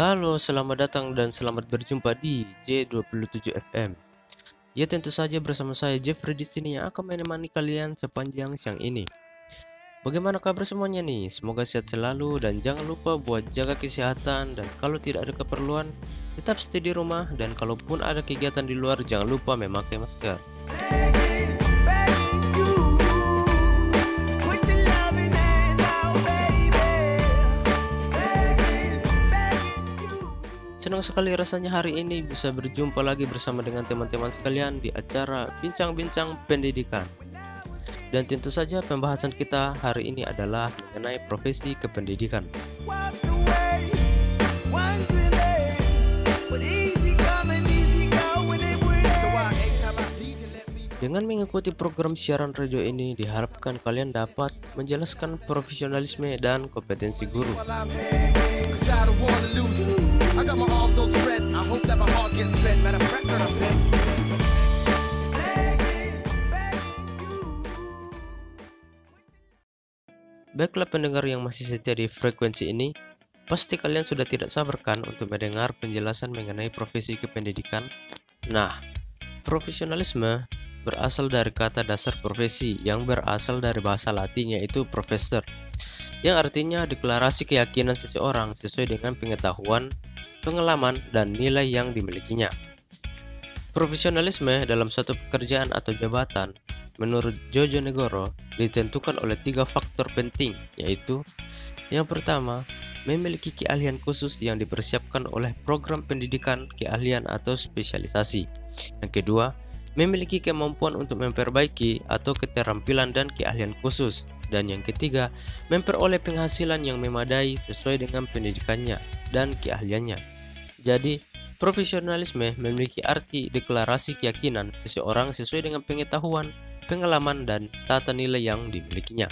Halo, selamat datang dan selamat berjumpa di J27 FM. Ya tentu saja bersama saya Jeffrey di sini yang akan menemani kalian sepanjang siang ini. Bagaimana kabar semuanya nih? Semoga sehat selalu dan jangan lupa buat jaga kesehatan dan kalau tidak ada keperluan tetap stay di rumah dan kalaupun ada kegiatan di luar jangan lupa memakai masker. Begging, begging you, put your loving hand out, baby. Begging, begging you. Senang sekali rasanya hari ini bisa berjumpa lagi bersama dengan teman-teman sekalian di acara Bincang-Bincang Pendidikan. Dan tentu saja pembahasan kita hari ini adalah mengenai profesi kependidikan. Walked away, wondering, but easy coming, easy going, it would end. So anytime I need you, let me. Dengan mengikuti program siaran radio ini diharapkan kalian dapat menjelaskan profesionalisme dan kompetensi guru. While I'm begging, 'cause I don't wanna lose you. I got my arms all spread. I hope that my heart gets fed. Matter of fact, girl, I'm begging. Begging, begging you. Baiklah pendengar yang masih setia di frekuensi ini, pasti kalian sudah tidak sabar kan untuk mendengar penjelasan mengenai profesi kependidikan. Nah, profesionalisme berasal dari kata dasar profesi yang berasal dari bahasa Latin yaitu professor, yang artinya deklarasi keyakinan seseorang sesuai dengan pengetahuan, pengalaman, dan nilai yang dimilikinya. Profesionalisme dalam suatu pekerjaan atau jabatan, menurut Jojo Negoro, ditentukan oleh 3 faktor penting, yaitu yang pertama, memiliki keahlian khusus yang dipersiapkan oleh program pendidikan keahlian atau spesialisasi. Yang kedua, memiliki kemampuan untuk memperbaiki atau keterampilan dan keahlian khusus. Dan yang ketiga, memperoleh penghasilan yang memadai sesuai dengan pendidikannya dan keahliannya. Jadi, profesionalisme memiliki arti deklarasi keyakinan seseorang sesuai dengan pengetahuan, pengalaman, dan tata nilai yang dimilikinya.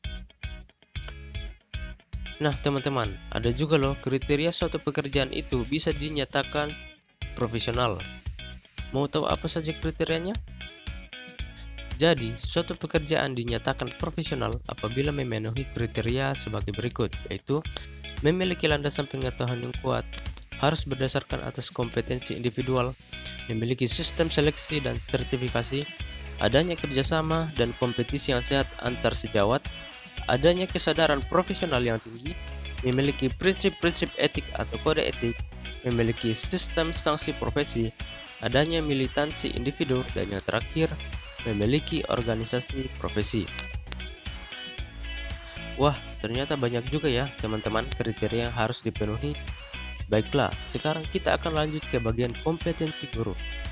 Nah, teman-teman, ada juga loh kriteria suatu pekerjaan itu bisa dinyatakan profesional. Mau tahu apa saja kriterianya? Jadi, suatu pekerjaan dinyatakan profesional apabila memenuhi kriteria sebagai berikut, yaitu memiliki landasan pengetahuan yang kuat, harus berdasarkan atas kompetensi individual, memiliki sistem seleksi dan sertifikasi, adanya kerjasama dan kompetisi yang sehat antar sejawat, adanya kesadaran profesional yang tinggi, memiliki prinsip-prinsip etik atau kode etik, memiliki sistem sanksi profesi, adanya militansi individu, dan yang terakhir, memiliki organisasi profesi. Wah, ternyata banyak juga ya teman-teman kriteria yang harus dipenuhi. Baiklah, sekarang kita akan lanjut ke bagian kompetensi guru.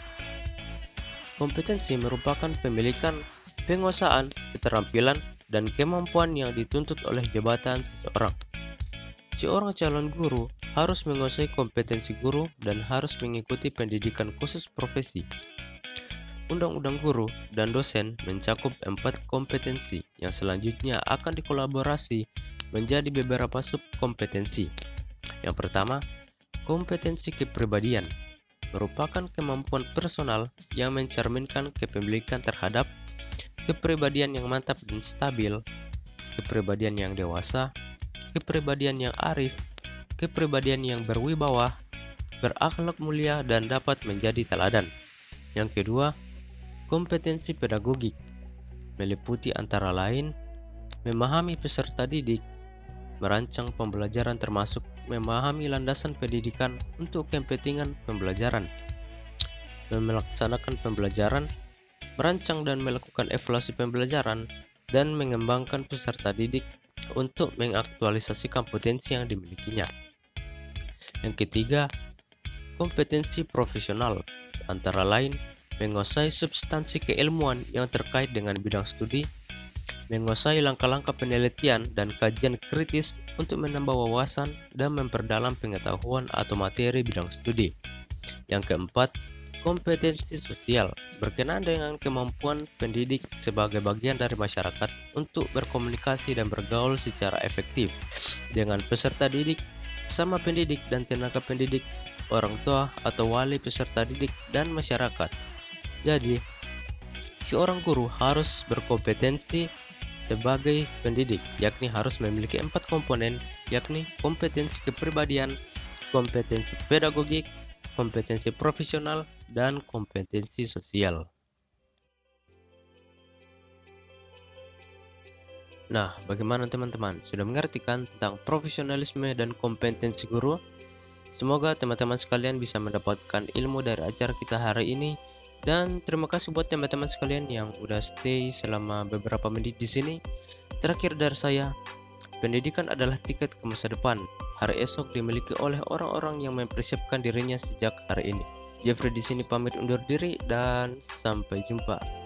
Kompetensi merupakan pemilikan, penguasaan, keterampilan, dan kemampuan yang dituntut oleh jabatan seseorang. Seorang calon guru harus menguasai kompetensi guru dan harus mengikuti pendidikan khusus profesi. Undang-undang guru dan dosen mencakup 4 kompetensi yang selanjutnya akan dikolaborasi menjadi beberapa subkompetensi. Yang pertama, kompetensi kepribadian merupakan kemampuan personal yang mencerminkan kepemilikan terhadap kepribadian yang mantap dan stabil, kepribadian yang dewasa, kepribadian yang arif, kepribadian yang berwibawa, berakhlak mulia dan dapat menjadi teladan. Yang kedua, kompetensi pedagogik meliputi antara lain memahami peserta didik, merancang pembelajaran termasuk memahami landasan pendidikan untuk kepentingan pembelajaran, melaksanakan pembelajaran, merancang dan melakukan evaluasi pembelajaran, dan mengembangkan peserta didik untuk mengaktualisasikan potensi yang dimilikinya. Yang ketiga, kompetensi profesional antara lain menguasai substansi keilmuan yang terkait dengan bidang studi, menguasai langkah-langkah penelitian dan kajian kritis untuk menambah wawasan dan memperdalam pengetahuan atau materi bidang studi. Yang keempat, kompetensi sosial berkenaan dengan kemampuan pendidik sebagai bagian dari masyarakat untuk berkomunikasi dan bergaul secara efektif dengan peserta didik, sama pendidik dan tenaga pendidik, orang tua atau wali peserta didik, dan masyarakat. Jadi, seorang guru harus berkompetensi sebagai pendidik, yakni harus memiliki 4 komponen, yakni kompetensi kepribadian, kompetensi pedagogik, kompetensi profesional, dan kompetensi sosial. Nah, bagaimana teman-teman? Sudah mengerti kan tentang profesionalisme dan kompetensi guru? Semoga teman-teman sekalian bisa mendapatkan ilmu dari acara kita hari ini. Dan terima kasih buat teman-teman sekalian yang udah stay selama beberapa menit di sini. Terakhir dari saya, pendidikan adalah tiket ke masa depan. Hari esok dimiliki oleh orang-orang yang mempersiapkan dirinya sejak hari ini. Jeffrey di sini pamit undur diri dan sampai jumpa.